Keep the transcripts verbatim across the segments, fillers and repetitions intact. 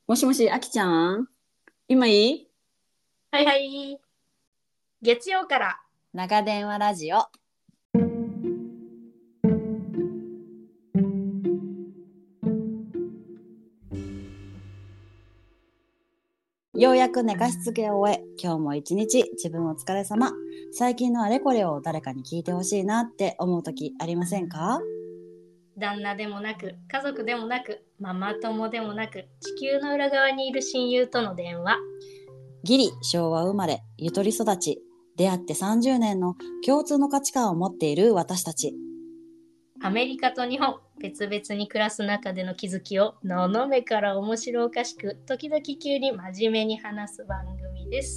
もしもし、あきちゃん今いい？ はいはい。月曜から長電話ラジオ。ようやく寝かしつけを終え、今日も一日自分お疲れ様。最近のあれこれを誰かに聞いてほしいなって思う時ありませんか？ 旦那でもなく家族でもなくママ友でもなく地球の裏側にいる親友との電話。 ギリ昭和生まれ、ゆとり育ち、出会ってさんじゅうねんの共通の価値観を持っている私たち。 アメリカと日本別々に暮らす中での気づきをののめから面白おかしく時々急に真面目に話す番組です。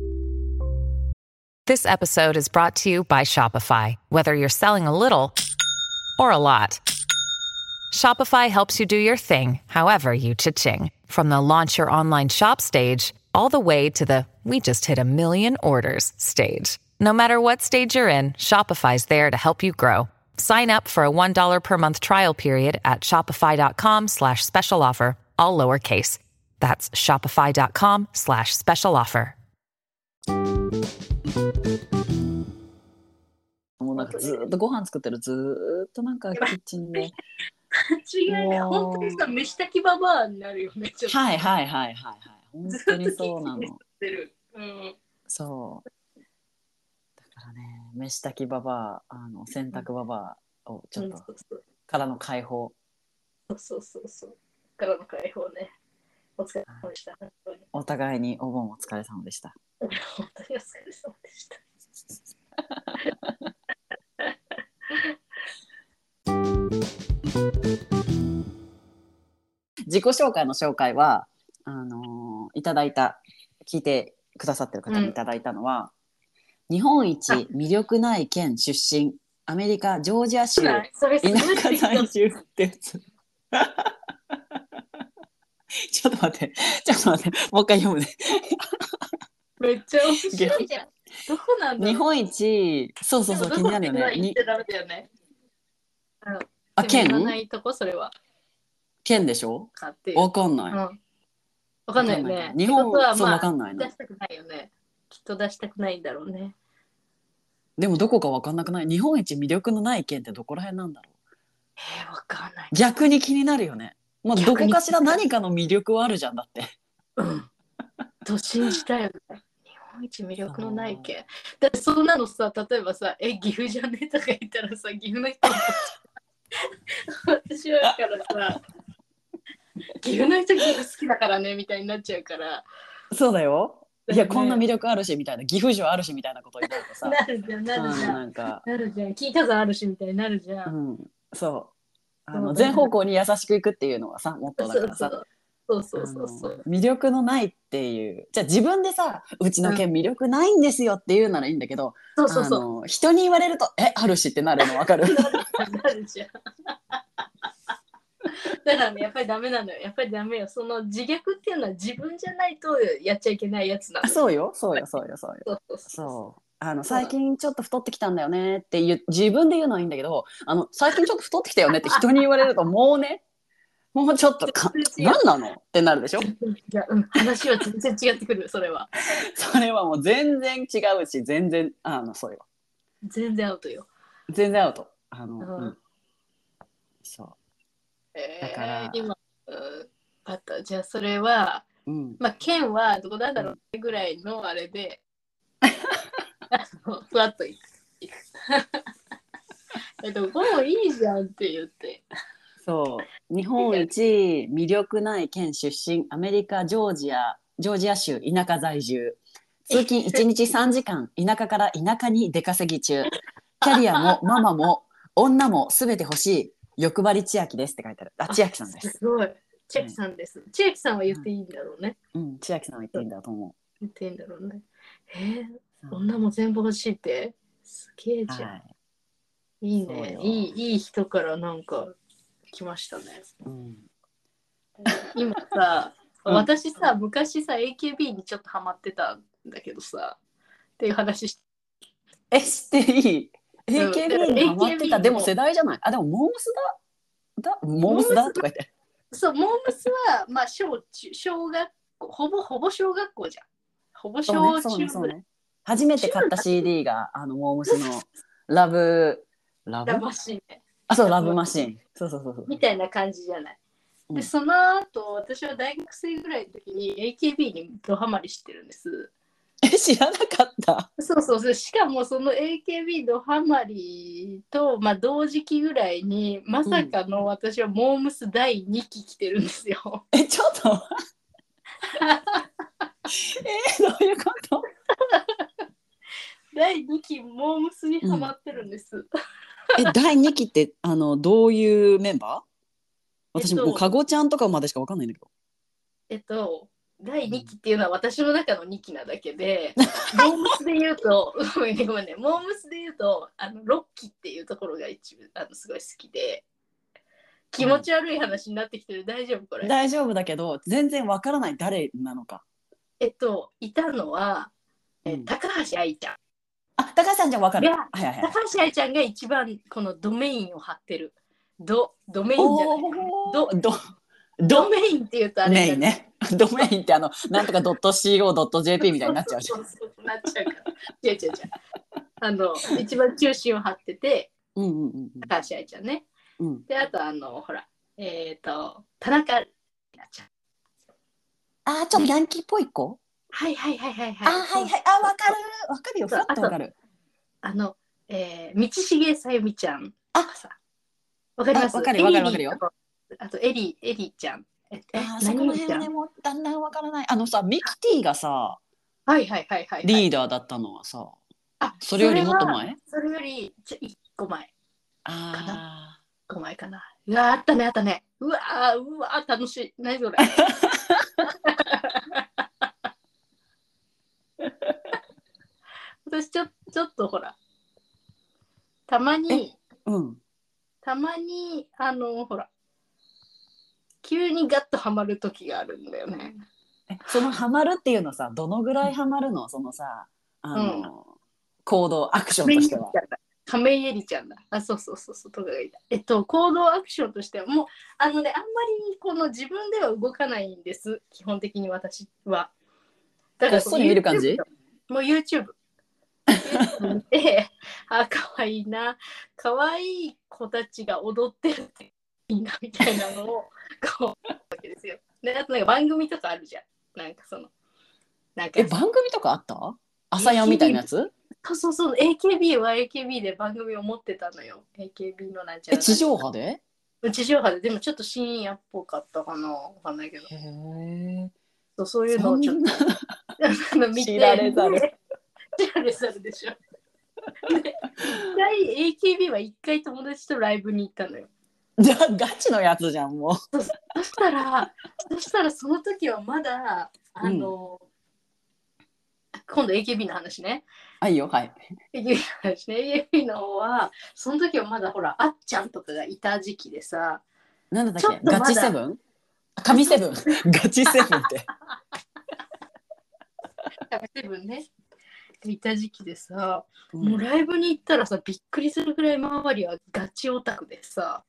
This episode is brought to you by Shopify. Whether you're selling a little or a lot, Shopify helps you do your thing, however you cha-ching. From the launch your online shop stage, all the way to the we just hit a million orders stage. No matter what stage you're in, Shopify's there to help you grow. Sign up for a one dollar per month trial period at shopify.com slash special offer, all lowercase. That's shopify.com slash special offer. もうなんかずーっとご飯作ってる、ずーっとなんかキッチンで違うね、本当にさ、飯炊きババアになるよね。ちょっとはいはいはいはいはい、本当にそうなの。 うん、 そうだからね、飯炊きババア、あの洗濯ババアをちょっと、 うん、そうそうからの解放。 そうそうそうそうからの解放ね。お疲れ様でした。本当にお互いにお盆お疲れ様でした。 本当にお疲れ様でした。 自己紹介の紹介はあのーいただいた聞いてくださってる方にいただいたのは、うん、日本一魅力ない県出身、アメリカジョージア州田舎在住ってやつちょっと待ってちょっと待ってもう一回読むねめっちゃ面白いじゃん。どこなんだろう。 日本一、そうそうそう、気になるよね。 言ってダメだよね。 あ、県？ ないとこそれは。 県でしょ？わかんない。 わ、うん、かんないよね。 日本は、 まあ、 わかんないの。 出したくないよね。きっと出したくないんだろうね。 でもどこかわかんなくない？日本一魅力のない県ってどこら辺なんだろう？ えー、わかんない。 逆に気になるよね。まあ、どこかしら何かの魅力はあるじゃんだって。 うん。と信じたいよね。日本一魅力のない県。だってそんなのさ、例えばさ、え、岐阜じゃねとか言ったらさ、岐阜の人私はだからさ、岐阜の人岐阜好きだからねみたいになっちゃうから。 そうだよ。いや、こんな魅力あるしみたいな、岐阜城あるしみたいなことになるとさなるじゃんなるじゃん、なんかなるじゃん、金華山あるしみたいになるじゃん、 うん、そうあの全方向に優しくいくっていうのはさ、もっとだからさ、 そうそうそうそう魅力のないっていう、じゃあ自分でさ、うちの県魅力ないんですよっていうならいいんだけど、うん、そうそうそう、人に言われるとえあるしってなるの分かる？ なるじゃんだからね、やっぱりダメなのよ。やっぱりダメよ。その自虐っていうのは自分じゃないとやっちゃいけないやつなの。 そうよ、そうよ、そうよ、そうよ。そうそうそう。あの最近ちょっと太ってきたんだよねっていう自分で言うのはいいんだけど、あの最近ちょっと太ってきたよねって人に言われるともうね、もうちょっとか何なのってなるでしょ？いや、うん、話は全然違ってくる。それは。 それはもう全然違うし、全然あのそうよ。 全然アウトよ。 全然アウト。あの、うんうん、そう。 えー、だから今、うん、あった。じゃあそれは、うん、まあ県はどこなんだろうぐらいのあれで、うん、ふわっといく。えっと、もういいじゃんって言って。 そう日本一魅力ない県出身、アメリカジョージアジョージア州田舎在住、通勤いちにちさんじかん田舎から田舎に出稼ぎ中、キャリアもママも女もすべて欲しい欲張り千秋ですって書いてある。あ、千秋さんです。 すごい。千秋さんです。千秋さんは言っていいんだろうね。 うん、千秋さんは言っていいんだと思う。 言っていいんだろうね。えー、女も全部欲しいってすげえじゃん。はい、いいね。いいいい人からなんか来ましたね。うん、今さ、うん、私さ昔さ エーケービー にちょっとハマってたんだけどさっていう話しえしていい？ エーケービー にハマってた。でも世代じゃない？あ、でもモームスだだモームスだとか言ってそう、モームスは、まあ、小中、小学校、ほぼほぼ小学校じゃん。ほぼ小中そうね、そうね、そうね。初めて買った シーディー が、あの、モームスのラブ、ラブラブマシーンね。 あ、そう、ラブマシーン。そうそうそうそう。 みたいな感じじゃない。で、 うん、 その後、私は大学生ぐらいの時に エーケービー にドハマりしてるんです。 え、知らなかった。 そうそうそう。しかもその エーケービー ドハマりと、まあ、同時期ぐらいに、まさかの私はモームスだいにき来てるんですよ。 え、ちょっとえー、どういうことだいにきモームスにハマってるんです。うん、 え、だいにきってあのどういうメンバー？私、 えっと、 もうかごちゃんとかまでしかわかんないんだけど。 えっと、だいにきっていうのは私の中のにきなだけで、モームスで言うと、ごめんね、ごめんね、モームスで言うと、あのろっきっていうところが一部あのすごい好きで、気持ち悪い話になってきてる、大丈夫これ？ 大丈夫だけど、全然わからない誰なのか。 えっと、いたのは、えうん、 高橋愛ちゃん。 あ、高橋さんじゃわかる。 いや、 はいはいはい。 高橋愛ちゃんが一番このドメインを張ってる。ド、ドメインじゃない。ド、 ドドメインって言うとあれメインね。ドメインってあのなんとか .co.jp みたいになっちゃうじゃん。 そうそうそうなっちゃうから。違う違う違う。あの一番中心を張ってて、 うんうんうん、 高橋愛ちゃんね。 うん、 で、あとあのほら、えっ、ー、と田中ちゃん。 あー、ちょっとヤンキーっぽい子。 はいはいはいはいはい。 あ、はいはい、あ、わかるわかるよ。ふわっとわかる。 あの、えー、道重さゆみちゃん。 あ、 さ、わかります？ わかるわかるわかるよ。 あとエリー、エリーちゃん。え、 あ、そこの辺はね、もうだんだんわからない。あのさ、ミキティがさ、 はいはいはいはい、はい、 リーダーだったのはさ、 あ、 それよりもっと前？ それよりちょいっこまえかな。 あいっこまえかな。うわー、あったねあったね。うわー、うわー、楽しい。何それ。私ちょちょっとほら、たまに、 うん、 たまにあのほら、急にガッとハマる時があるんだよね。 え、そのハマるっていうのさ、どのぐらいハマるの？そのさ、あの、うん、行動アクションとしては。 亀井絵里ちゃんだ。あ、そうそうそうそうとかがいた。えっと行動アクションとしてはもうあのね、あんまりこの自分では動かないんです。基本的に私は。 だからこっそり見る感じ？ もう YouTube。YouTube で、あ、可愛いな、可愛い子たちが踊ってるっていいなみたいなのをこうわけですよ。で、あとなんか番組とかあるじゃん。なんかそのなんかえ、番組とかあった？朝やんみたいなやつ？ そうそうそう、 エーケービー は エーケービー で番組を持ってたのよ。 エーケービー のなんちゃら。 え、地上波で？ 地上波で、でもちょっと深夜っぽかったかな、わかんないけど。 へえ。 そう、そういうのをちょっと見て、 知られざる。 知られざるでしょ。で、一回 エーケービー は一回友達とライブに行ったのよ。 じゃあガチのやつじゃん、もう。 そ, そしたらそしたらその時はまだあの、うん、今度 エーケービー の話ね。 あ、いいよ、はい。 エーケービー の話ね。エーケービー の方はその時はまだほらあっちゃんとかがいた時期でさ。 なんだっけ、ガチセブン？神セブン。ガチセブンって。 神セブンね。いた時期でさ、うん、もうライブに行ったらさ、びっくりするぐらい周りはガチオタクでさ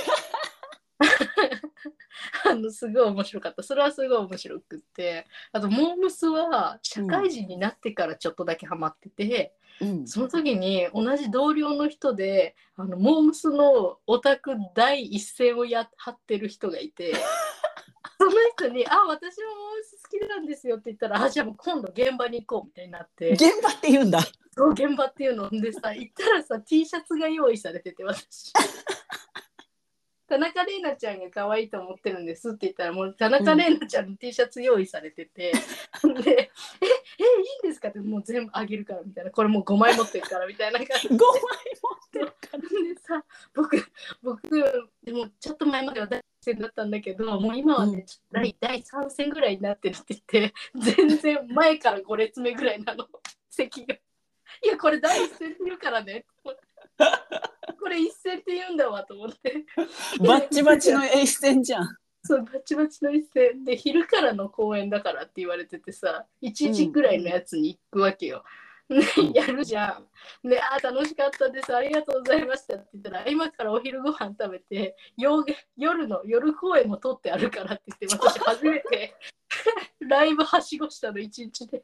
あのすごい面白かった。それはすごい面白くって、あとモームスは社会人になってからちょっとだけハマってて、うん、その時に同じ同僚の人であのモームスのオタク第一線をや張ってる人がいてその人に「あ、私もモームス好きなんですよ」って言ったら「あ、じゃあもう今度現場に行こう」みたいになって。 現場って言うんだ。 そう、現場っていうのでさ、行ったらさ T シャツが用意されてて、私田中玲奈ちゃんが可愛いと思ってるんですって言ったら、もう田中玲奈ちゃんの T シャツ用意されてて、うん、で、え、え、いいんですかって、もう全部あげるからみたいな、これもうごまい持ってるからみたいな感じで。ごまい持ってるから。でさ、僕、僕、でもちょっと前までは第一線だったんだけど、もう今はね、うん、だいさん戦ぐらいになってるって言って、全然前からご列目ぐらいなの、席が。いや、これ第一線って言うからね。これ一戦って言うんだわと思ってバッチバチの一戦じゃん。 そう、バチバチの一戦で昼からの公演だからって言われててさ、いちじぐらいのやつに行くわけよ、 ね、やるじゃん。で、あ、楽しかったです。ありがとうございましたって言ったら、今からお昼ご飯食べて、夜夜の夜公演も撮ってあるからって言って、私初めてライブはしごしたの、一日で。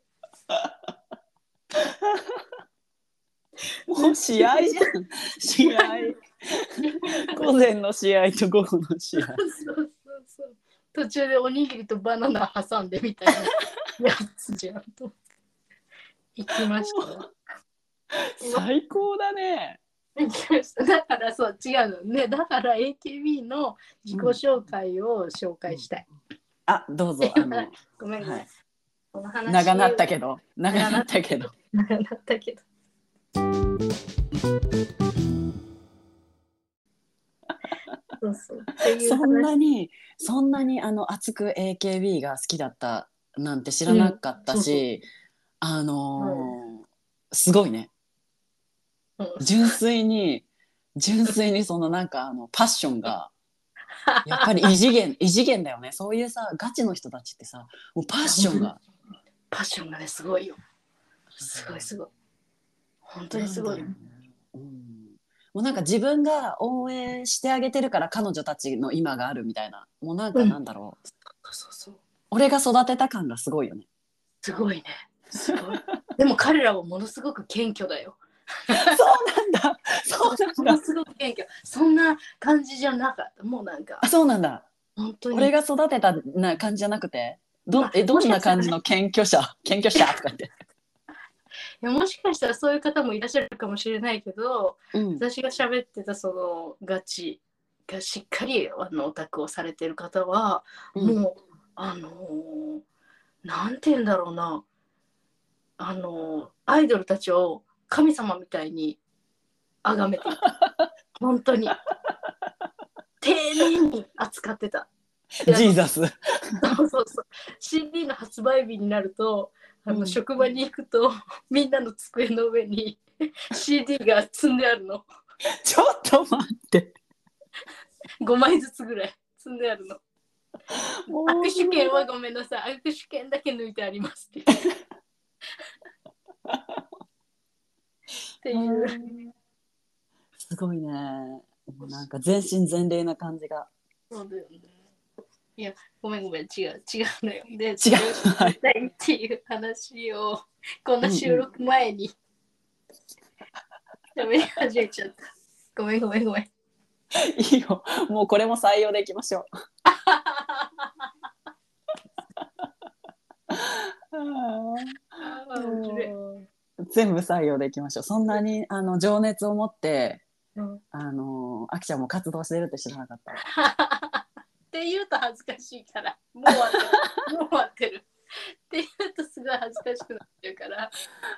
もう試合じゃん。試合。午前の試合と午後の試合。 そうそうそう。途中でおにぎりとバナナ挟んでみたいなやつじゃんと。行きました。 最高だね。 行きました。だからそう違うのね。だから エーケービー の自己紹介を紹介したい。 うん、あ、どうぞ。あのごめんごめん。はい、この話長なったけど。長なったけど。 長なったけど。そうそうっていうそんなにそんなにあの熱く エーケービー が好きだったなんて知らなかったし、うん、あのーうん、すごいね、うん、純粋に純粋にそのなんかあのパッションがやっぱり異次元異次元だよね。そういうさガチの人たちってさ、もうパッションがパッションがねすごいよ。すごいすごい。本当にすごい。 もうなんか自分が応援してあげてるから彼女たちの今があるみたいな、もうなんかなんだろう、うん、そうそうそう、俺が育てた感がすごいよね。 すごいね、すごい。でも彼らはものすごく謙虚だよ。 そうなんだ、そうなんだ、 ものすごく謙虚。そんな感じじゃなかった。もうなんか、 あ、そうなんだ、 本当に俺が育てたな感じじゃなくて、ど、まあ、えどんな感じの謙虚者謙虚者とか言っていやもしかしたらそういう方もいらっしゃるかもしれないけど、うん、私が喋ってたそのガチがしっかりあのオタクをされてる方は、うん、もうあのー、なんて言うんだろうな、あのー、アイドルたちを神様みたいに崇めていた。本当に丁寧に扱ってた。 ジーザス。 そうそうそう。シーディー の発売日になると、あの、うん、職場に行くとみんなの机の上に シーディー が積んであるの。 ちょっと待って。 ごまいずつぐらい積んであるの。握手券はごめんなさい。握手券だけ抜いてありますって。っていう。 すごいね。なんか全身全霊な感じが。 そうだよね。いや、ごめんごめん、違う、違うのよ。で、違うっていう話を、この収録前に喋り始めちゃった。ごめんごめんごめん。 いいよ、もうこれも採用でいきましょう。全部採用でいきましょう。そんなにあの情熱を持って、うん、あのあきちゃんも活動してるって知らなかった。 って言うと恥ずかしいから、もう終わってる。もう終わってる。って言うとすごい恥ずかしくなってるから。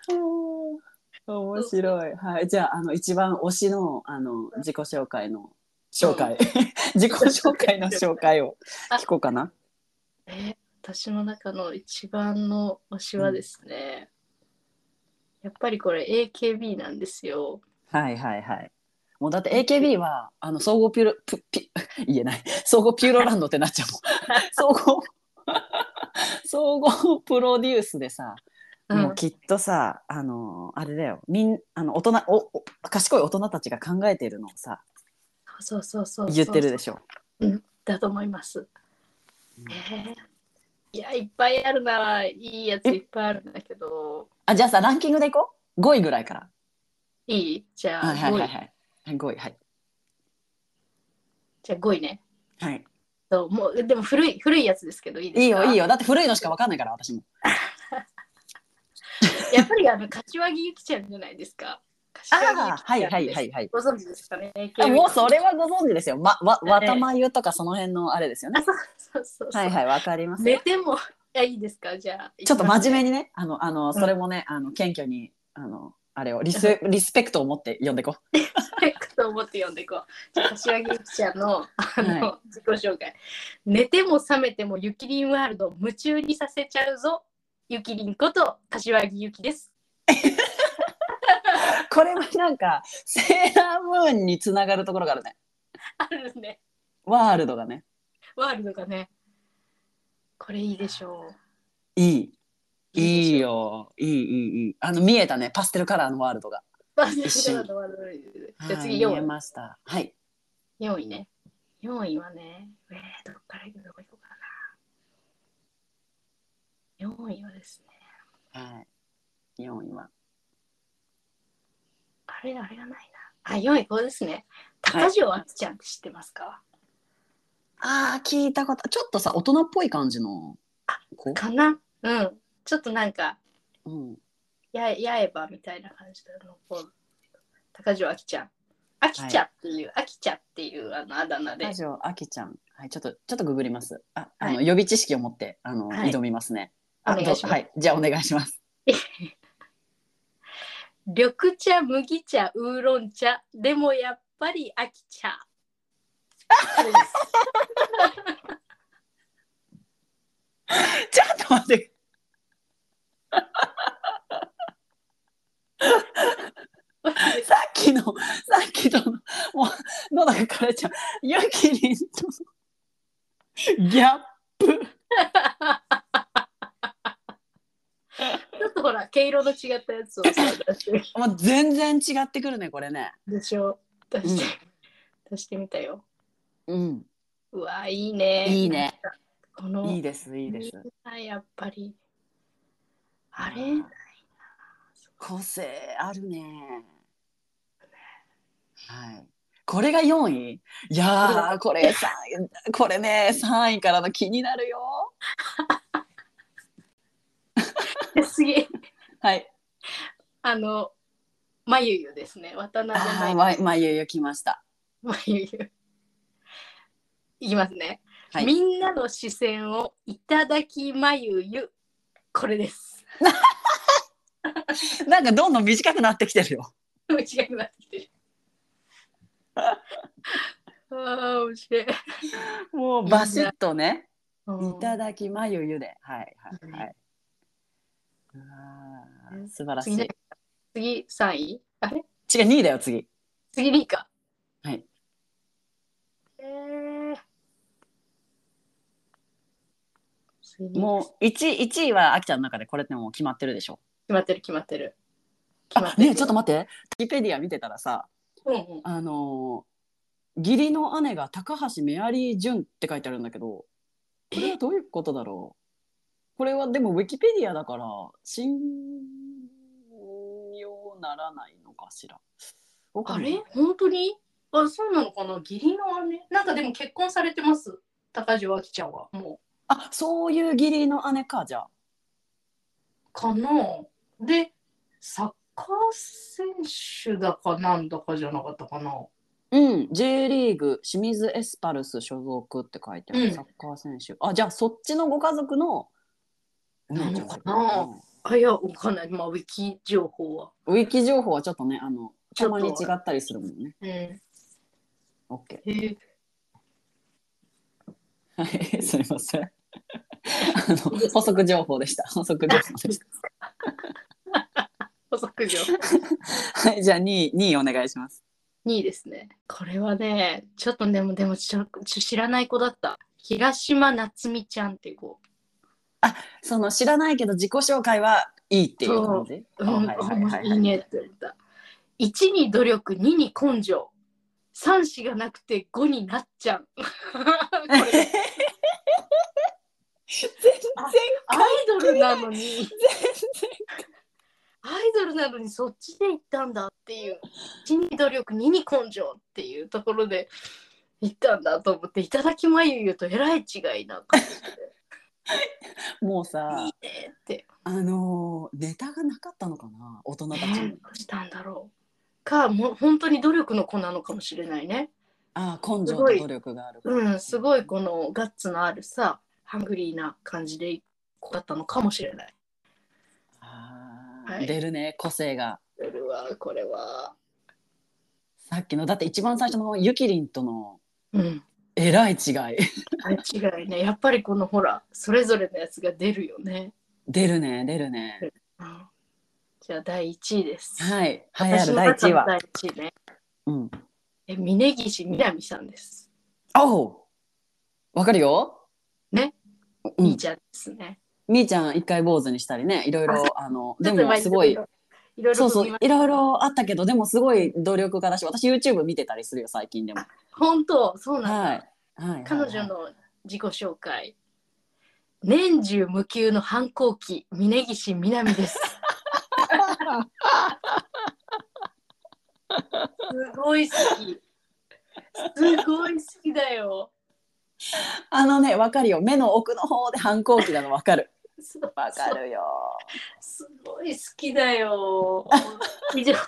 面白い。はい、じゃあ、あの一番推しのあの自己紹介の紹介、うん、自己紹介の紹介を聞こうかな。 え、私の中の一番の推しはですね、うん、やっぱりこれ エーケービー なんですよ。 はいはいはい。もうだって エーケービー はあの総合ピューロピピ言えない総合ピューロランドってなっちゃうもん。総合総合プロデュースでさ、うん、もうきっとさ、あのあれだよ、みんあの大人おお賢い大人たちが考えているのをさ、 そうそうそうそう言ってるでしょ。 うん、だと思います。うん、えー、いやいっぱいあるな、いいやついっぱいあるんだけど。 あ、じゃあさランキングでいこう。ごいぐらいから。 いい？じゃあはいはいはいはい、ごい、はい。 じゃあごいね。 はい。 そうもうでも古い古いやつですけどいいですか？ いいよいいよ、だって古いのしか分かんないから私も。 やっぱりあの柏木由紀ちゃんじゃないですか。 柏木由紀ちゃん、はいはいはいはい。 ご存知ですかね。 あ、もうそれはご存知ですよ。まわわたまゆとかその辺のあれですよね。 あ、そうそうそうそう。 はいはい、わかります。 寝てもいやいいですか、じゃあ。 ちょっと真面目にね、あのあのそれもね、うん、あの謙虚にあのあれをリスリスペクトを持って読んでいこう。 リスペクトを持って読んでいこう。じゃあ柏木由紀ちゃんのあの、はい、自己紹介。寝ても覚めてもゆきりんワールド夢中にさせちゃうぞ。ゆきりんこと柏木由紀です。 これはなんかセーラームーンにつながるところがあるね。 あるね。 ワールドがね。 ワールドがね。これいいでしょう。 いい。 いいよ。いいいいいい。あの見えたね。パステルカラーのワールドが。 パステルカラーのワールド。じゃあ次はい、 よんい。 見えました。はい。 よんいね。よんいはね、えー、どっから行くどこ行こうかな。よんいはですね。 はい。よんいは。 あれ、あれがないな。あ、よんいこれですね。高城あきちゃんって知ってますか？はい、 ああ、聞いたこと。ちょっとさ、大人っぽい感じの子かな。うん。ちょっとなんか、 うん、 や、やえばみたいな感じの子。高城あきちゃん。あきちゃっていう、あきちゃっていうあのあだ名で。 高城あきちゃん。はい、ちょっと、ちょっとググります。あ、あの、 はい、 予備知識を持って、あの、 はい、 挑みますね。 お願いします。 はい、じゃあお願いします。 緑茶、麦茶、ウーロン茶、でもやっぱりあき茶。 ちょっと待って。さっきの、さっきの、もう、喉が枯れちゃう。ゆきりんとギャップ。 ちょっとほら、毛色の違ったやつをさ、出して。 もう全然違ってくるね、これね。 でしょ。出して、うん、出してみたよ。 うん。 うわ、いいね。 いいね。 このいいです、いいです。 やっぱり。あれないな。 個性あるね。はい。これがよんい？いやー、これさんい、これね、さんいからの気になるよ。 次。 はい。 あの、まゆゆですね。渡辺あまゆあ、まゆゆ来ました。 まゆゆ。いきますね、 はい。 みんなの視線をいただきまゆゆ。これです。 なんかどんどん短くなってきてるよ。 短くなってきてる。ああ、面白い。 もうバシッとね。 いいいただきまゆゆで。はいはいはい。うん、あ、素晴らしい。 次、さんい？あれ違う、にいだよ、次。 次にいか。 はい。 えー、 もう 1, いちいはあきちゃんの中でこれってもう決まってるでしょ。 決まってる決まってる。 決まってる。あ、ねえ、ちょっと待って。ウィキペディア見てたらさ、 うんうん、 あの義理の姉が高橋メアリー・ジュンって書いてあるんだけど、これはどういうことだろう。これはでもウィキペディアだから信用ならないのかしら。 あれ本当に？あ、そうなのかな。義理の姉なんかでも結婚されてます、高城あきちゃんは。もうあ、そういう義理の姉か。じゃあかな。でサッカー選手だかなんだかじゃなかったかな。 うん、J リーグ清水エスパルス所属って書いてある、 うん、 サッカー選手。あ、じゃあそっちのご家族のお姉ちゃんかな。 うん、あ、いや、わかんない。まあ、ウィキ情報は。 ウィキ情報はちょっとね、あのたまに違ったりするもんね。 うん。 OK。 へはい、すみません。あの補足情報でした。補足情報でした。 補足情報。 はい、じゃあにい、にいお願いします。 にいですね。これはね、ちょっとでもでもちょっと知らない子だった。平島夏美ちゃんっていう子。 あ、その知らないけど自己紹介はいいっていう感じ。 うん、いいねって言った。いちに努力、にに根性、さん子がなくてごになっちゃう。これ全然アイドルなのに全然アイドルなのにそっちで行ったんだっていう、いちに努力、にに根性っていうところで行ったんだと思って、いただきまゆゆとえらい違いな感じでもうさ、 いいねって。 あのー、ネタがなかったのかな、大人たちに。 どうしたんだろうか、もう本当に努力の子なのかもしれないね。 ああ、根性と努力がある。 うん、すごいこのガッツのあるさ、ハングリーな感じで子だったのかもしれない。 あ、 はい、 出るね、個性が。 出るわ、これは。 さっきのだって一番最初のゆきりんとのえらい違い。 違いね。やっぱりこのほらそれぞれのやつが出るよね。 出るね、出るね。 うん、じゃあだいいちいです。 はい、栄えあるだいいちいは。 だいいちいね。 うん。 え、峯岸みなみさんです。 おう、わかるよ。 ね。 うん、 いいちゃんですね。 みーちゃん一回坊主にしたりね、いろいろあのでちょっと前にもすごいいろいろそうそ見ましたういろいろあったけど、でもすごい努力家だし、私 YouTube 見てたりするよ最近でも。 本当そうなんだ、 はいはいはいはい、 彼女の自己紹介。年中無休の反抗期、峯岸みなみです。すごい好き。すごい好きだよ。 あのね、わかるよ。目の奥の方で反抗期なのわかる。 そうわかるよ。 すごい好きだよ。以上。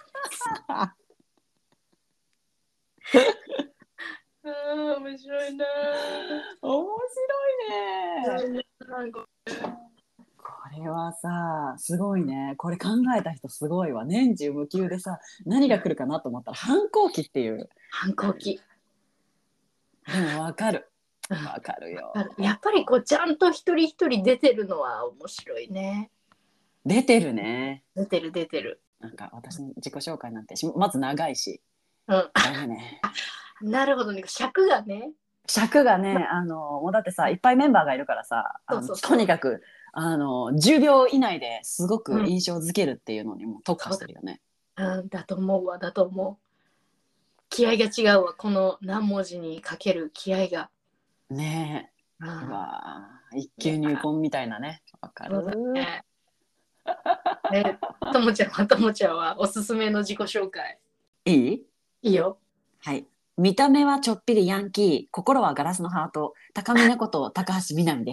あー面白いな。 面白いね。 なんかこれはさ、すごいね。これ考えた人すごいわ。年中無休でさ、何が来るかなと思ったら反抗期っていう。 反抗期。 でもわかる。わかるよ。 やっぱりこうちゃんと一人一人出てるのは面白いね。 出てるね。 出てる出てる。 なんか私の自己紹介なんてまず長いし。 うん。 ダメね。 なるほどね。尺がね。 尺がね、あのもうだってさ、いっぱいメンバーがいるからさ、あのそうそうそうとにかくあのじゅうびょう以内ですごく印象づけるっていうのにも特化してるよね。 うん、だと思うわ、だと思う。気合が違うわ、この何文字にかける気合が。 ねえ。 うん、 うわ一級入魂みたいなね。わかる。 ね。ね、ともちゃんはともちゃんはおすすめの自己紹介。 いい？ いいよ。 はい。見た目はちょっぴりヤンキー、心はガラスのハート、高見のこと高橋みなみです。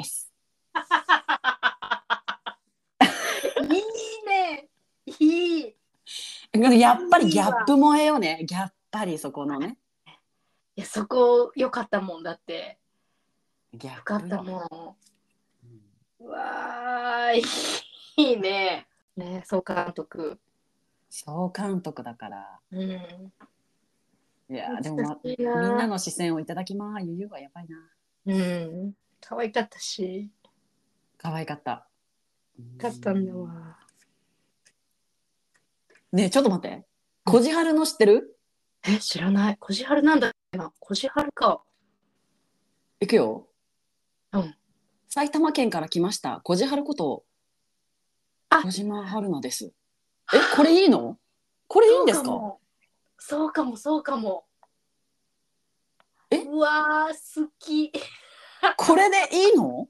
いいね。いい。 やっぱりギャップ萌えよね。ギャっぱりそこのね。 いや、そこ良かったもんだって。 ギャッ良かプったもん。 うん、 うわー、いいね。ね、総監督。 総監督だから。 うん。 いやでも、ま、 いいなみんなの視線をいただきます。ゆゆはやばいな。 うん。可愛かったし。 可愛かった。 かったんだわ。 ねえ、ちょっと待って。こじはるの知ってる？ え、知らない。こじはるなんだっけな。こじはるか。 いくよ。 うん。 埼玉県から来ました。こじはることあ小島春菜です。え、これいいの？これいいんですか？ そうかも、そうかも。 え、 うわー、好き。いこれでいいの？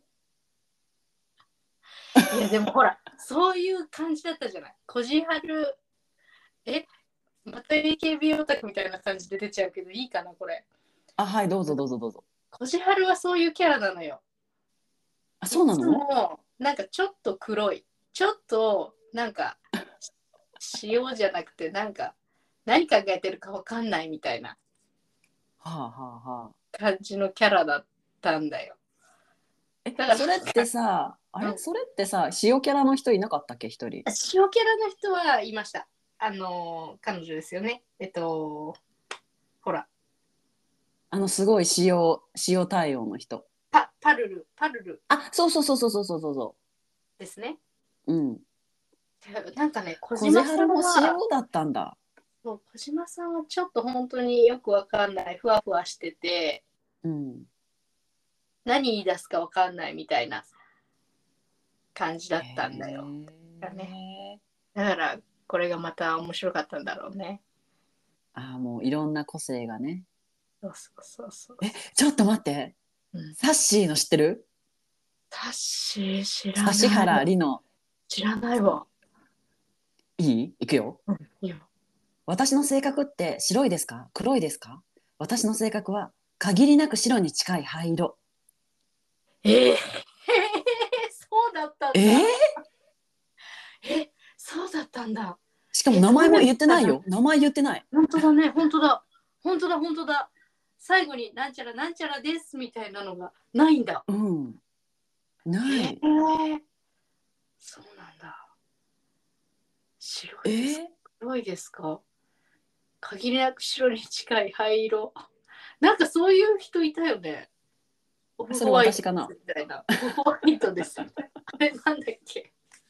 や、でもほら、そういう感じだったじゃない。こじはる、え、また エーケービー オタクみたいな感じで出ちゃうけど、いいかな、これ。 あ、はい、どうぞどうぞどうぞ。 こじはるはそういうキャラなのよ。 あ、そうないつの？ もなんかちょっと黒い。ちょっと、なんか、塩じゃなくて、なんか、何考えてるかわかんないみたいなはあはあはあ。 感じのキャラだったんだよ。 え、 だからそれってさ、あれ、 うんそれってさ、塩キャラの人いなかったっけ、一人。 塩キャラの人はいました。あの彼女ですよね。えっとほらあの、すごい塩、塩対応の人。 パパルルパルルあ、そうそうそうそうそうそうそですね。 う。うん。 なんかね、小こじ島さんはるも塩はだったんだ。 そう小島さんはちょっと本当によくわかんないふわふわしてて、 うん。 何言い出すかわかんないみたいな感じだったんだよ。だね。だからこれがまた面白かったんだろうね。 ああ、もういろんな個性がね。 そうそうそうそう。 え、ちょっと待って。 うん、 サッシーの知ってる？ タッシー知らない。 指原莉乃。 知らないわ。 いい？いくよ。 うん、いいよ。 私の性格って白いですか？黒いですか？私の性格は限りなく白に近い灰色。 えー、そうだったんだ。 えー、 え、そうだったんだ。 しかも名前も言ってないよ。名前言ってない。 本当だね、本当だ。本当だ、本当だ。最後になんちゃらなんちゃらですみたいなのがないんだ。 うん。ない。 えー、そうなんだ。白いですか？ えー、 黒いですか？限りなく白に近い灰色。なんかそういう人いたよね。オフそれホワイト私かな。 みたいな。オフホワイトですみたいな。あれなんだっけ？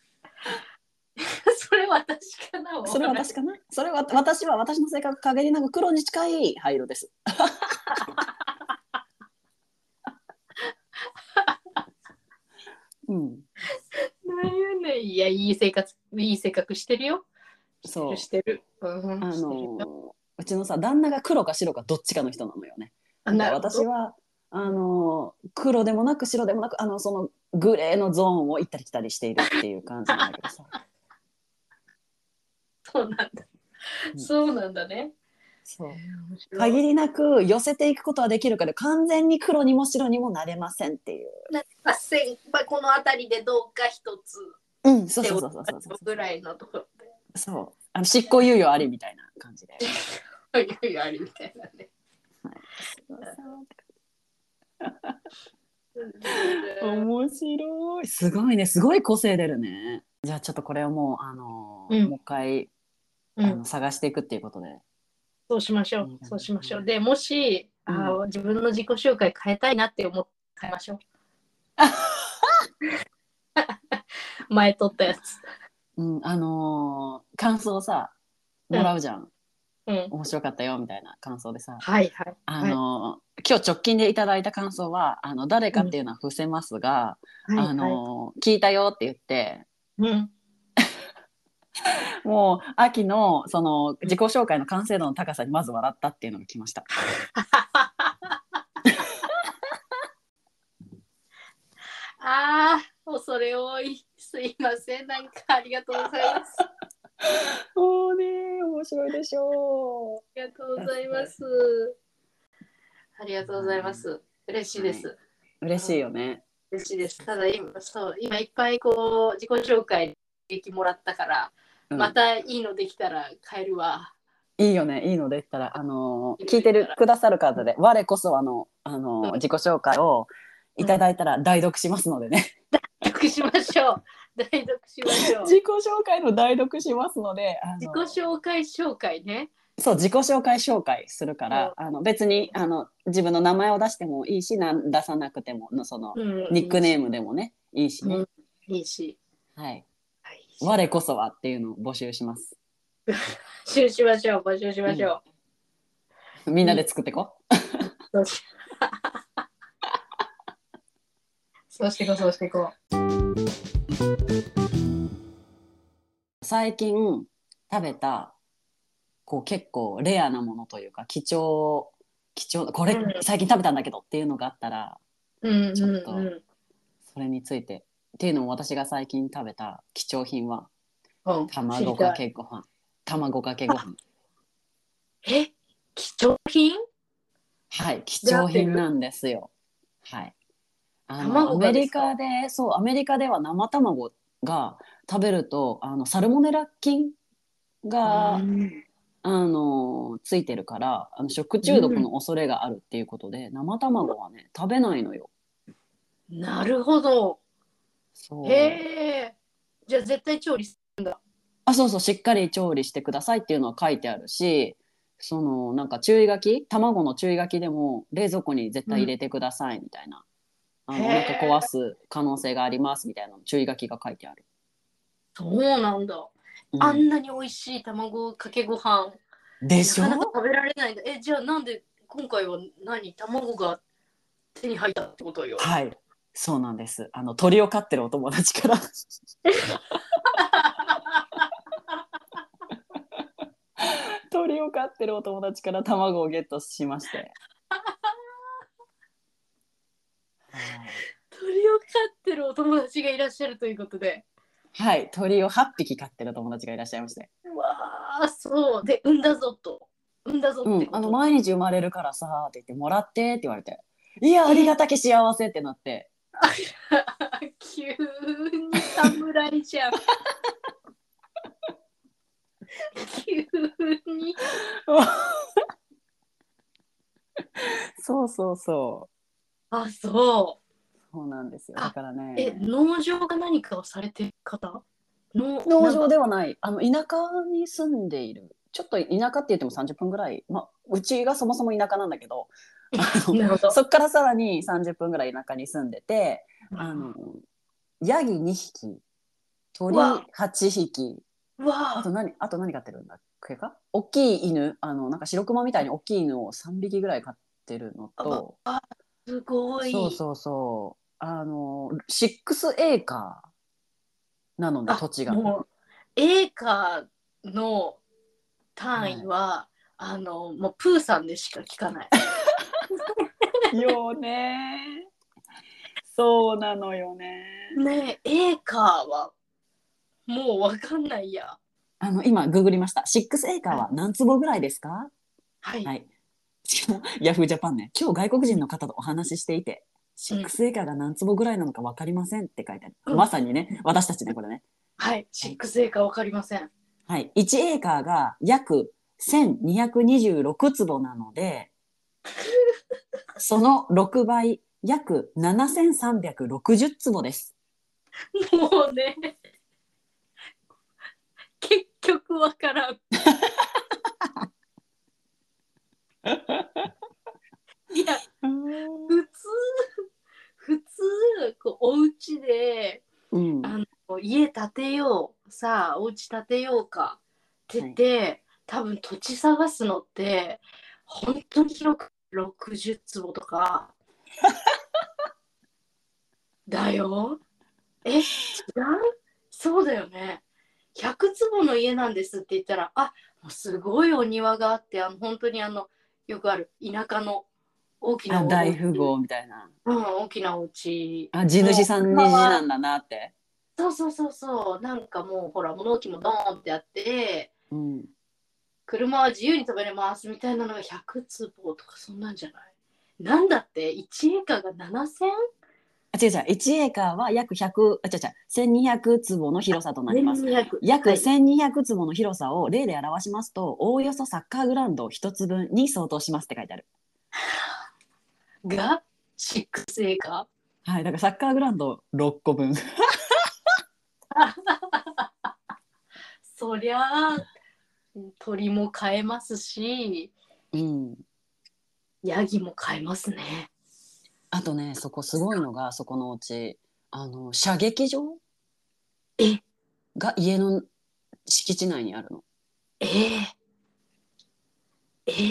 それ私かな。 それ私かな。それは私は私の性格限りなく黒に近い灰色です。うん。 いや、いい生活、いい性格してるよ。 そうしてる。うん、 あしてるよ。 のうちのさ旦那が黒か白かどっちかの人なのよね。 あ、 なんかなるほど。 私はあの黒でもなく白でもなくあのそのグレーのゾーンを行ったり来たりしているっていう感じなんだけどさ。 そうなんだ。 うんそうなんだね。 そう面白い。 限りなく寄せていくことはできるけど完全に黒にも白にもなれませんっていう。 なりません。まあ、この辺りでどうか一つうんそうそうそうそうそうそうぐらいのところで。 そうあの執行猶予ありみたいな感じで。 いやいやありみたいなね。 はい、面白い。すごいね。すごい個性出るね。じゃあちょっとこれをもうあのーうんもう一回あのうん、 探していくっていうことで。 そうしましょう。 いいかなそうしましょう。でもし、 うん、 あ自分の自己紹介変えたいなって思って変えましょう。前撮ったやつ。 うん、あのー感想さもらうじゃん、 うん。 面白かったよみたいな感想でさ、 はいはい。 あはい。 のー今日直近でいただいた感想はあの誰かっていうのは伏せますが、あはいはい。 のー聞いたよって言ってうん。 もう秋のその自己紹介の完成度の高さにまず笑ったっていうのが来ました。 ああ、恐れ多い。すいません。なんかありがとうございます。あもうね面白いでしょりがとうございます。ありがとうございます。嬉しいです。 はい、嬉しいよね。 嬉しいです。ただ今、そう、今いっぱいこう自己紹介でもらったから、 うん、 またいいのできたら変えるわ。 いいよねいいのできたらあのいいの聞いてできたら。 るくださる方で我こそあのあの自己紹介をいただいたら代読しますのでね。 代読しましょう。代読しましょう。 自己紹介の代読しますのであ自己の紹介紹介ね。 そう自己紹介紹介するからあの別にあの自分の名前を出してもいいしなん出さなくてものそのうん、 ニックネームでもねいいしね、 うん、いいし。 はい、 はい、 我こそはっていうのを募集します。 募集しましょう。募集しましょう。みんなで作ってこう。そうしそうしていこう、そうしていこ最近食べたこう結構レアなものというか貴重貴重こう。 れ最近食べたんだけどっていうのがあったらうん、うん、 ちょっうん、 とそれについてっていうのも私が最近食べた貴重品はうん。知卵かりたい。 けご飯卵かけご飯え、貴重品はい貴で合重ってる？ 品なんですよ。はいあのア卵がメリですか？ カでそうアメリカでは生卵が食べるとあのサルモネラ菌うがん。 あのついてるからあの食中毒うん。 の恐れがあるっていうことで生卵はね食べないのよ。 なるほど。へそうえ。じゃあ絶対調理するんだ。 あそうそうしっかり調理してくださいっていうのは書いてあるしそのなんか注意書き卵の注意書きでも冷蔵庫に絶対入れてくださいみたいな、あへのお腹壊え。 す可能性がありますみたいな注意書きが書いてある。 そうなんだ。 うん、 あんなに美味しい卵かけご飯、 でなかなかしょ。 食べられないんだ。え、じゃあなんで今回は何卵が手に入ったってことよ。 はいそうなんです。あの鳥を飼ってるお友達から鳥を飼ってるお友達から卵をゲットしまして、はい鳥を飼ってるお友達がいらっしゃるということで。 はい、鳥をはっぴき飼ってる友達がいらっしゃいまして、 うわあ、そう。で、産んだぞと。産んだぞうん、 ってこと。 あの毎日生まれるからさって言ってもらってって言われて、いやありがたき幸せってなって、 急に侍じゃん。急に。 そうそうそうあ、そう。 そうなんですよ。だあ、 からえ、 ね農場か何かをされてる方の、 農なんか、 場ではないあの田舎に住んでいるちょっと田舎って言ってもさんじゅっぷんぐらい、ま、うちがそもそも田舎なんだけどあのなるほど。 そっからさらにさんじゅっぷんぐらい田舎に住んでてあのヤギにひきうわ、 鳥はちひきうわ、 あと何あと何飼ってるんだっけか大きい犬あのなんか白熊みたいに大きい犬をさんびきぐらい飼ってるのとすごい。 そうそうそうあのろくエーカーなので土地が。 もうエーカーの単位は、はい、あのもうプーさんでしか聞かない。 よね。そうなのよね。 ねえ、エーカーはもうわかんないや。 あの今ググりました。シックスエーカーは何坪ぐらいですか？ はい。 はい。しかもヤフージャパンね。今日外国人の方とお話ししていて、シックスエーカーが何坪ぐらいなのか分かりませんって書いてある。うん、まさにね、私たちねこれね。 はい。シックスエーカー分かりません。 はい。いちエーカーが約せんにひゃくにじゅうろく坪なので、そのろくばい、約ななせんさんびゃくろくじゅう坪です。 もうね、結局わからん。いや、普通、普通、こうお家で、うん、あの家建てよう、さあ、お家建てようかって言って、はい、多分土地探すのって、本当に広くろくじゅう坪とか。だよ。え、違う？そうだよね。ひゃく坪の家なんですって言ったら、あ、もうすごいお庭があって、あの本当にあのよくある田舎の大きなお家、 大富豪みたいな、 うん、大きなお家、 あ、地主さんにじなんだなって。 そうそうそうそう、なんかもうほら物置もドーンってあって、うん、車は自由に飛べれますみたいなのがひゃく坪とかそんなんじゃない？なんだっていちエーカーがななせん？ あ、違う違う、いちエーカーは約ひゃく、あ、違う違う、せんにひゃく坪の広さとなります。約せんにひゃく坪の広さを例で表しますと、おおよそサッカーグラウンド一つ分に相当しますって書いてある。 がシックスエーカー？はい、だからサッカーグラウンドろっこぶん。 そりゃあ鳥も飼えますし、うん、ヤギも飼えますね。 あとね、そこすごいのが、そこのうちあの射撃場えが家の敷地内にあるの。 えー、えー、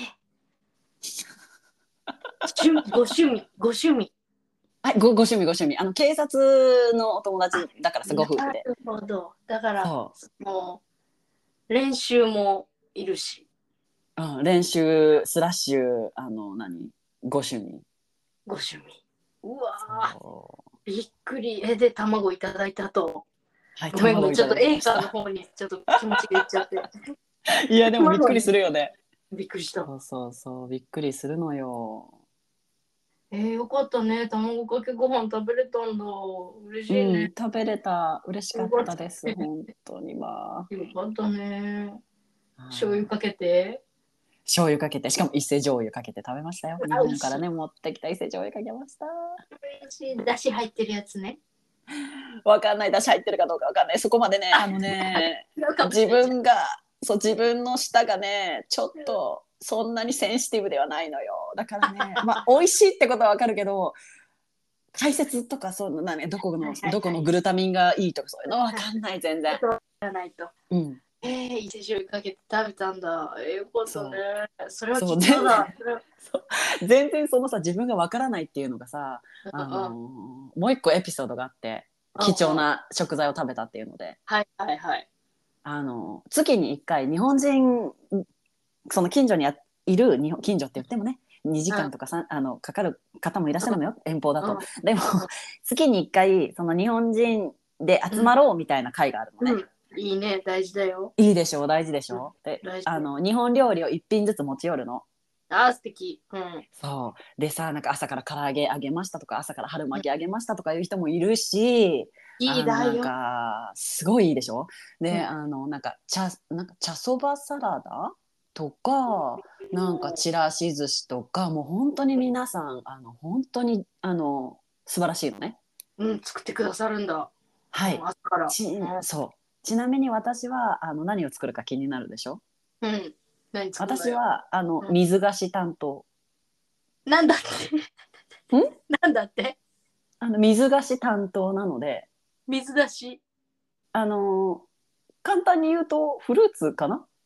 ご趣味ご趣味はい、ご、ご趣味ご趣味。あの警察のお友達だからさ、ご夫婦で。なるほど。だからもう練習もいるし、 うん、練習スラッシュ、あの何ご趣味ご趣味。うわびっくり。えで卵いただいた後、はい、ごめんごめん、ちょっと映画の方にちょっと気持ちがいっちゃって。 いやでもびっくりするよね。 びっくりした。 そうそうそう、びっくりするのよ。 えー、よかったね。卵かけご飯食べれたんだ。嬉しいね。 うん、食べれた。嬉しかったです。本当にまあ。よかったね。醤油かけて。 醤油かけて、しかも伊勢醤油かけて食べましたよ。日本からね持ってきた伊勢醤油かけました。 嬉しい。だし入ってるやつね。 わかんない、だし入ってるかどうかわかんない。そこまでね、あのね、自分がそう自分の舌がね、ちょっとそんなにセンシティブではないのよ。だからね、まあ美味しいってことはわかるけど、解説とかそういうのね、どこの、はいはいはい、どこのグルタミンがいいとかそういうのわかんない、全然。 わからないと。うん。えー、伊勢醤油かけて食べたんだ。えー、よかったね。それは貴重だ。 全然そのさ、自分がわからないっていうのがさ、あのー、もう一個エピソードがあって、貴重な食材を食べたっていうので、 はいはいはい。 あの月にいっかい日本人、その近所にいる日本近所って言ってもね、にじかんとかさ、うん、あのかかる方もいらっしゃるのよ、遠方だと、うん、でも月にいっかいその日本人で集まろうみたいな会があるのね、 うん、いいね、大事だよ。 いいでしょう、大事でしょう、うん、であの日本料理を一品ずつ持ち寄るの。 あー素敵、うん、 そうでさ、なんか朝から唐揚げあげましたとか、朝から春巻きあげましたとかいう人もいるし、 うん、いいだよ、 なんかすごいいいでしょ。で、うん、あのなんか茶なんか茶そばサラダとか、なんかちらし寿司とか、もう本当に皆さんあの本当にあの素晴らしいのね。 うん、作ってくださるんだ。 はい。 朝から。 ち、うん、そう。ちなみに私はあの何を作るか気になるでしょ。 うん。何作るのよ。 私はあの、うん、水菓子担当。 なんだって。ん？なんだって。 あの水菓子担当なので。 水菓子。 あの簡単に言うとフルーツかな。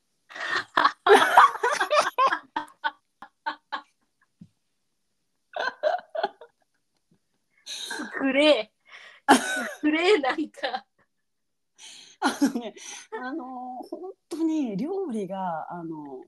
くれくれなんかあのね、あの本当に料理があの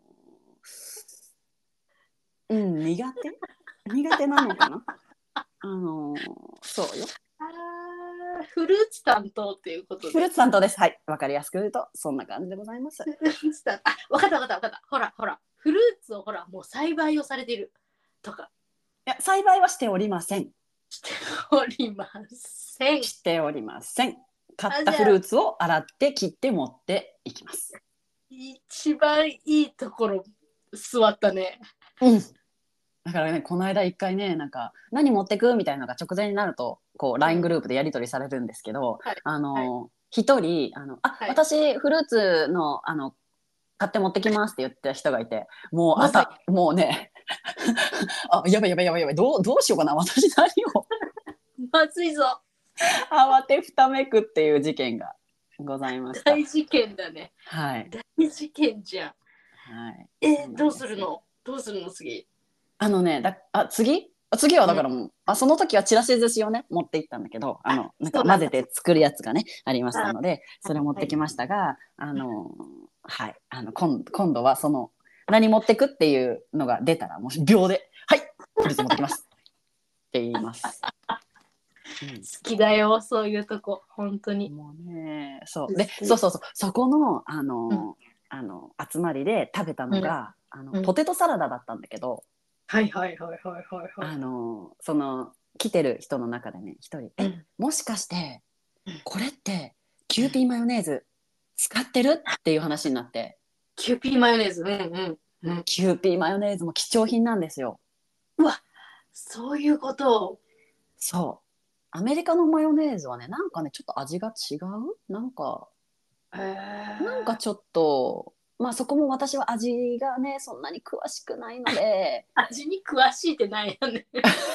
うん苦手苦手なのかな。あのそうよ。 あフルーツ担当っていうことで。 フルーツ担当です。はい、わかりやすく言うとそんな感じでございます。 フルーツ担当。あ、わかったわかったわかった。ほらほら、フルーツをほらもう栽培をされているとか。 いや栽培はしておりません。 しておりません。 しておりません。買ったフルーツを洗って切って持っていきます。 一番いいところ座ったね。 うん。だからね、この間一回ね、なんか何持ってくみたいなのが直前になるとこう ライン グループでやり取りされるんですけど、 はい、 あのはい、 一人あのあ、はい、私フルーツのあの買って持ってきますって言った人がいて、もうあた、ま、もうねあ、やばいやばいやばいやばい、どうどうしようかな、私何をまずいぞ。 慌てふためくっていう事件がございました。 大事件だね。 はい。 大事件じゃん。はい。え、どうするの？どうするの次？ あのね、だあ次次はだからもう、うん、あその時はちらし寿司をね持って行ったんだけど、あのなんか混ぜて作るやつがねありましたので、それ持ってきましたが、はい、あのはいあの今今度はその何持ってくっていうのが出たらもう秒ではいフルーツ持ってきますって言います。 うん、好きだよそういうとこ本当に。 もうね、そうでそうそうそうそこのあの、うん、あの集まりで食べたのが、うん、あの、うん、ポテトサラダだったんだけど。 はいはいはいはいはい、はい、 あのその来てる人の中でね一人、うん、えもしかしてこれってキューピーマヨネーズ使ってるっていう話になって、 キューピーマヨネーズ、うんうんうん、キューピーマヨネーズも貴重品なんですよ。 うわ、そういうこと。 そうアメリカのマヨネーズはねなんかねちょっと味が違うなんかなんかちょっとまあそこも私は味がねそんなに詳しくないので味に詳しいってないよね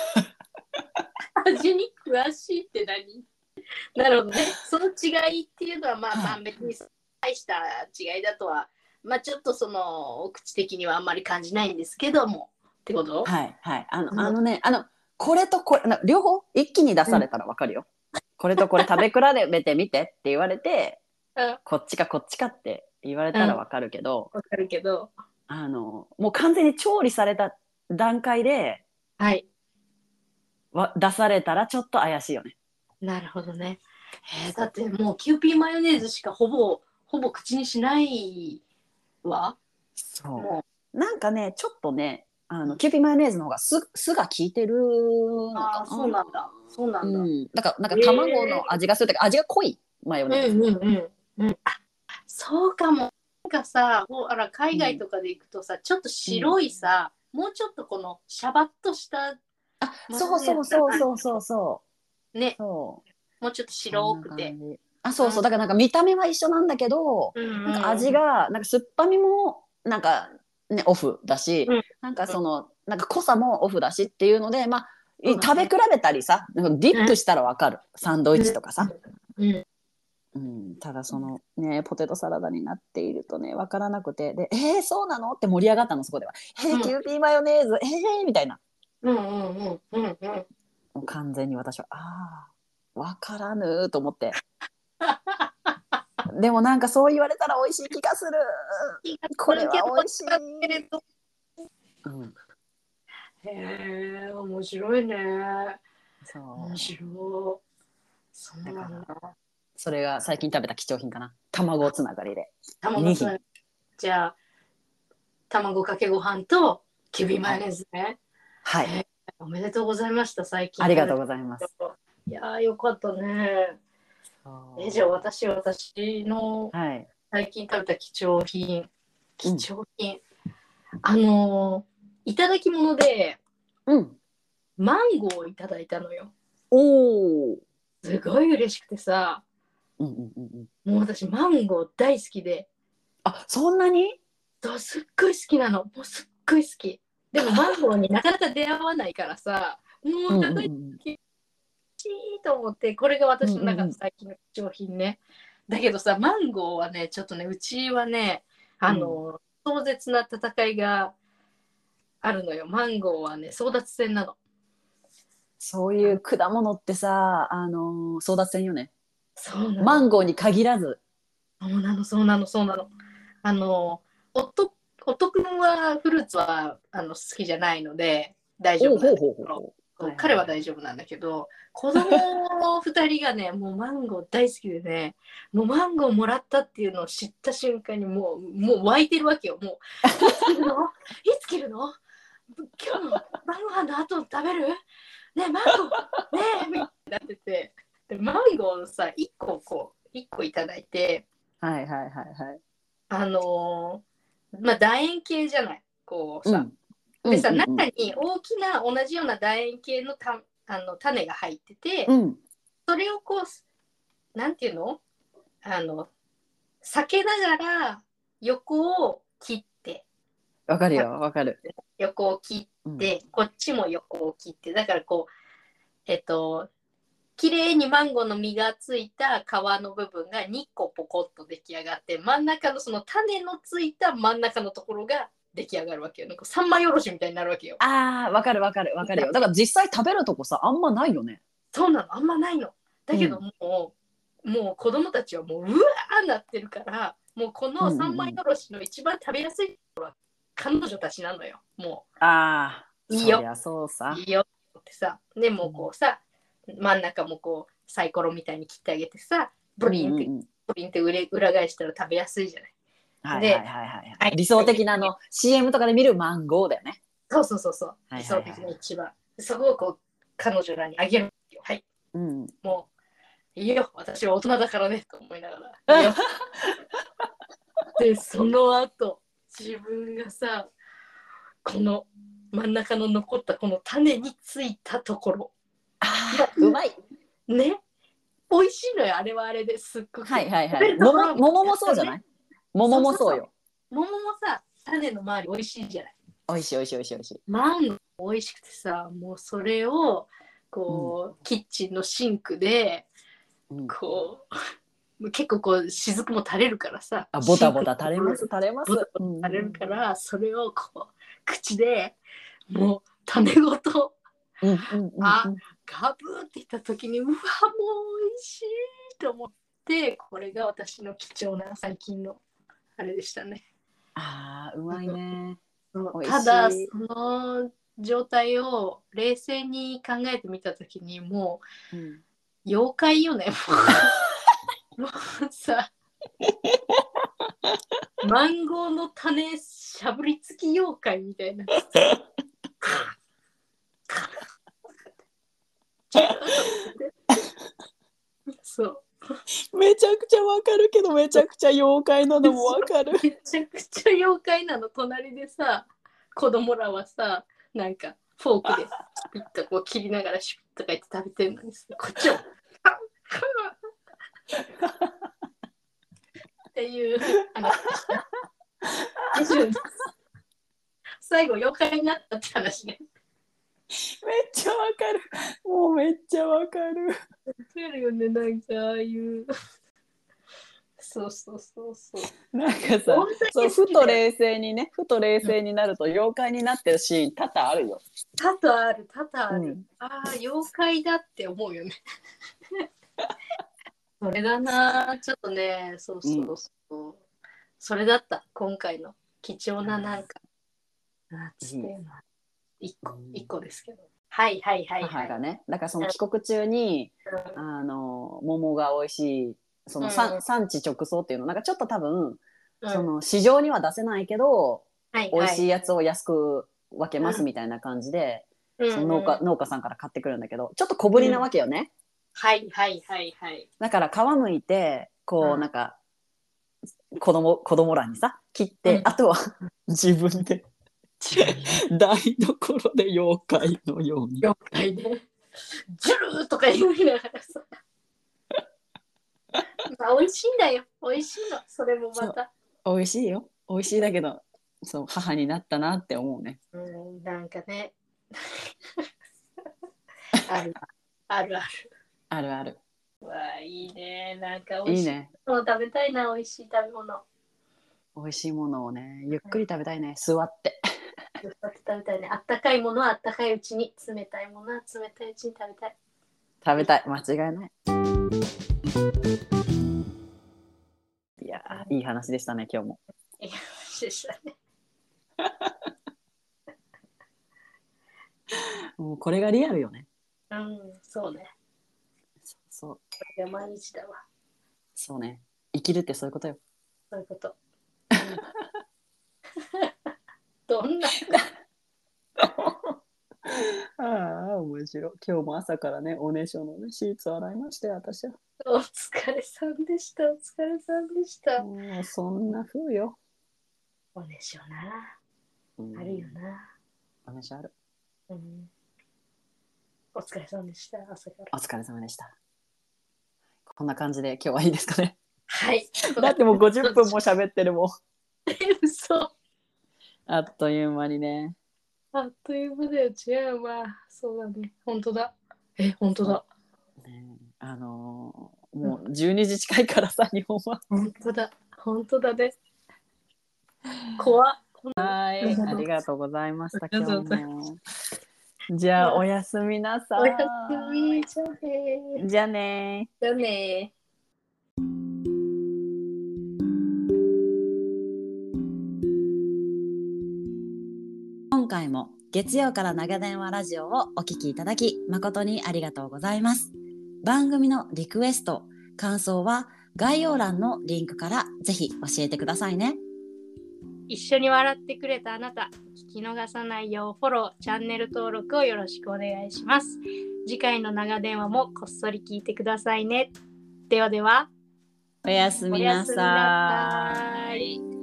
味に詳しいって何？なるほどね。その違いっていうのはまあまあ別に大した違いだとはまあちょっとそのお口的にはあんまり感じないんですけどもってこと？ はいはいあの、うん、あのねあのこれとこれ両方一気に出されたらわかるよ、うん、これとこれ食べ比べてみてって言われて、うん、こっちかこっちかって言われたらわかるけど、 わ、うん、かるけどあのもう完全に調理された段階で、 はい、 わ出されたらちょっと怪しいよね。 なるほどね。えー、だってもうキューピーマヨネーズしかほぼほぼ口にしないわ。 そうなんかねちょっとねあのキューピーマヨネーズの方が酢酢が効いてるのかな。 あ、そうなんだそうなんだ、うん、 だからなんか卵の味がするというか、えー、味が濃いマヨネーズ、 うんうんうんうん、あそうかも。なんかさほら海外とかで行くとさ、うん、ちょっと白いさ、うん、もうちょっとこのシャバッとしたあそうそうそうそうそうそうね、 そうもうちょっと白くてあそうそうだからなんか見た目は一緒なんだけど、うん、なんか味がなんか酸っぱみもなんかねオフだし、うん、なんかそのなんか濃さもオフだしっていうのでまあ、ね、食べ比べたりさなんかディップしたらわかる、うん、サンドイッチとかさ、うんうん、ただそのねポテトサラダになっているとねわからなくてでえー、そうなのって盛り上がったのそこではえー、キューピーマヨネーズえー、みたいな、うんうんうんうんうん、もう完全に私はああわからぬと思ってでもなんかそう言われたら美味しい気がするこれは美味しい、 うん、へえ面白いねそう面白いそうなんだそれが最近食べた貴重品かな卵つながりで卵つながりじゃあ卵かけご飯とキューピーマヨネーズねはい、 えー、おめでとうございました最近ありがとうございますいやよかったねえじゃあ私私の最近食べた貴重品、はい、貴重品、うん、あのいただき物で、うん、マンゴーをいただいたのよおーすごい嬉しくてさ、うんうんうんうん、もう私マンゴー大好きであそんなにすっごい好きなのもうすっごい好きでもマンゴーになかなか出会わないからさもう大好きと思ってこれが私の中の最近の貴重品ね、うんうん、だけどさマンゴーはねちょっとねうちはねあの、うん、壮絶な戦いがあるのよマンゴーはね争奪戦なのそういう果物ってさあの争奪戦よねそうなのマンゴーに限らずそうなのそうなのそうなの。あの夫夫君はフルーツはあの好きじゃないので大丈夫なんだけど、彼は大丈夫なんだけど、子供のふたりがねもうマンゴー大好きでね、もうマンゴーもらったっていうのを知った瞬間にもうもう湧いてるわけよ。もういつ切るのいつ切るの今日の晩ご飯の後食べるねえマンゴーねえみたいになってて、でマンゴーをさいっここういっこいただいて、 はいはいはいはい。 あのー、まあ楕円形じゃない、こうさ、 うん、 でさ、 うんうんうん、 中に大きな同じような楕円形のたあの種が入ってて、 うん、 それをこうなんていうの、あの避けながら横を切って、 わかるよわかる。 横を切って、うん、こっちも横を切って、だからこうえっと綺麗にマンゴーの実がついた皮の部分がにこポコッと出来上がって、真ん中のその種のついた真ん中のところが出来上がるわけよ。なんか三枚おろしみたいになるわけよ。 あーわかるわかるわかるよ。だから実際食べるとこさあんまないよね。 そうなの、あんまないの。だけどもう、うん、もう子供たちはもううわーなってるから、もうこの三枚おろしの一番食べやすいところは彼女たちなのよ。もうああいいよ、 そりゃそうさ、 いいよってさ、でもこうさ、真ん中もこうサイコロみたいに切ってあげてさ、ブリンって、うんうんうん、ブリンって裏、裏返したら食べやすいじゃない。 はいはいはいはい、はい、理想的なあの シーエム とかで見るマンゴーだよね。 そうそうそうそう、理想的な一番、そこをこう彼女らにあげるよ。はい、うん、もういいよ私は大人だからねと思いながらいいよでその後自分がさこの真ん中の残ったこの種についたところ、 あうまいね、美味しいのよあれはあれですっごく。 はいはいはい。桃、桃もそうじゃない？桃もそうよ。そうそうそう、 桃もさ種の周り美味しいじゃない。 美味しい美味しい美味しい美味しい。 マンゴー美味しくてさ、もうそれをこう、うん、キッチンのシンクでこう、うん、結構こう雫も垂れるからさ、 あボタボタ垂れます垂れますボタボタ垂れるから、うん、それをこう口でもう種ごと、うんうんうんうん、あガブーっていった時にうわもう美味しいと思って、これが私の貴重な最近のあれでしたね。 あーうまいね。 ただその状態を冷静に考えてみた時にもう、うん、妖怪よねもうさマンゴーの種しゃぶりつき妖怪みたいなそうめちゃくちゃわかるけどめちゃくちゃ妖怪なのもわかるめちゃくちゃ妖怪なの。隣でさ子供らはさなんかフォークでスピッとこう切りながらシュッとか言って食べてるのにこっちをっていう話最後妖怪になったって話ね。 めっちゃわかる。もうめっちゃわかる。わかるよね、なんかああいうそうそうそうそう。 なんかさ、そうふと冷静にね、ふと冷静になると妖怪になってるシーン多々あるよ。 多々ある、多々ある。うん、ああ、妖怪だって思うよね。それだな、ちょっとね、そうそうそう。うん、それだった、今回の貴重ななんか、あつって一個、一個ですけど。はいはいはい、はい。 母がね、だからその帰国中に、うん、あの桃が美味しい。その 産,、うん、産地直送っていうのなんかちょっと多分、うん、その市場には出せないけど、はいはい、美味しいやつを安く分けますみたいな感じで、うん、その農家、農家さんから買ってくるんだけどちょっと小ぶりなわけよね、うん、 はいはいはいはい。 だから皮むいてこう、うん、なんか子供子供らにさ切って、うん、あとは自分で台所で妖怪のように妖怪でジュルーとか言いながらさ美味しいんだよ、美味しいの、それもまた美味しいよ、美味しいだけどそう母になったなって思うね。 うん、なんかねあるあるあるあるある。 わあいいね、なんか美味しいもの食べたいな、美味しい食べ物、 美味しいものをねゆっくり食べたいね、座って座って食べたいね。あったかいものはあったかいうちに、冷たいものは冷たいうちに食べたい。 食べたい、間違いない。いやいい話でしたね今日も。 いい話でしたね。 もうこれがリアルよね。 うん、そうね。 そう。 これが毎日だわ。 そうね。生きるってそういうことよ。 そういうこと。どんなああ、面白い。今日も朝からね、おねしょの、ね、シーツを洗いましたよ、私は。 お疲れさんでした。お疲れさんでした。 もうそんな風よ。 おねしょな。 うん、 あるよな。 おねしょある。 うん。お疲れさんでした。朝から。 お疲れ様でした。こんな感じで今日はいいですかね。 はい。 だってもうごじゅっぷんも喋ってるもん。 え、嘘。 あっという間にね。 あっという間だよ。違うわ。そうだね。本当だ。え、本当だ。 ね、あのー、もうじゅうにじ近いからさ、日本は。 本当だ。本当だね。怖っ。 はい、ありがとうございました。今日も。じあゃあおやすみなさい。 おやすみ。じゃあね。 じゃあね。 じゃあね。 今回も月曜から長電話ラジオをお聞きいただき誠にありがとうございます。番組のリクエスト、感想は概要欄のリンクからぜひ教えてくださいね。 一緒に笑ってくれたあなた、聞き逃さないようフォロー、チャンネル登録をよろしくお願いします。次回の長電話もこっそり聞いてくださいね。ではでは、 おやすみなさい。 おやすみなさい。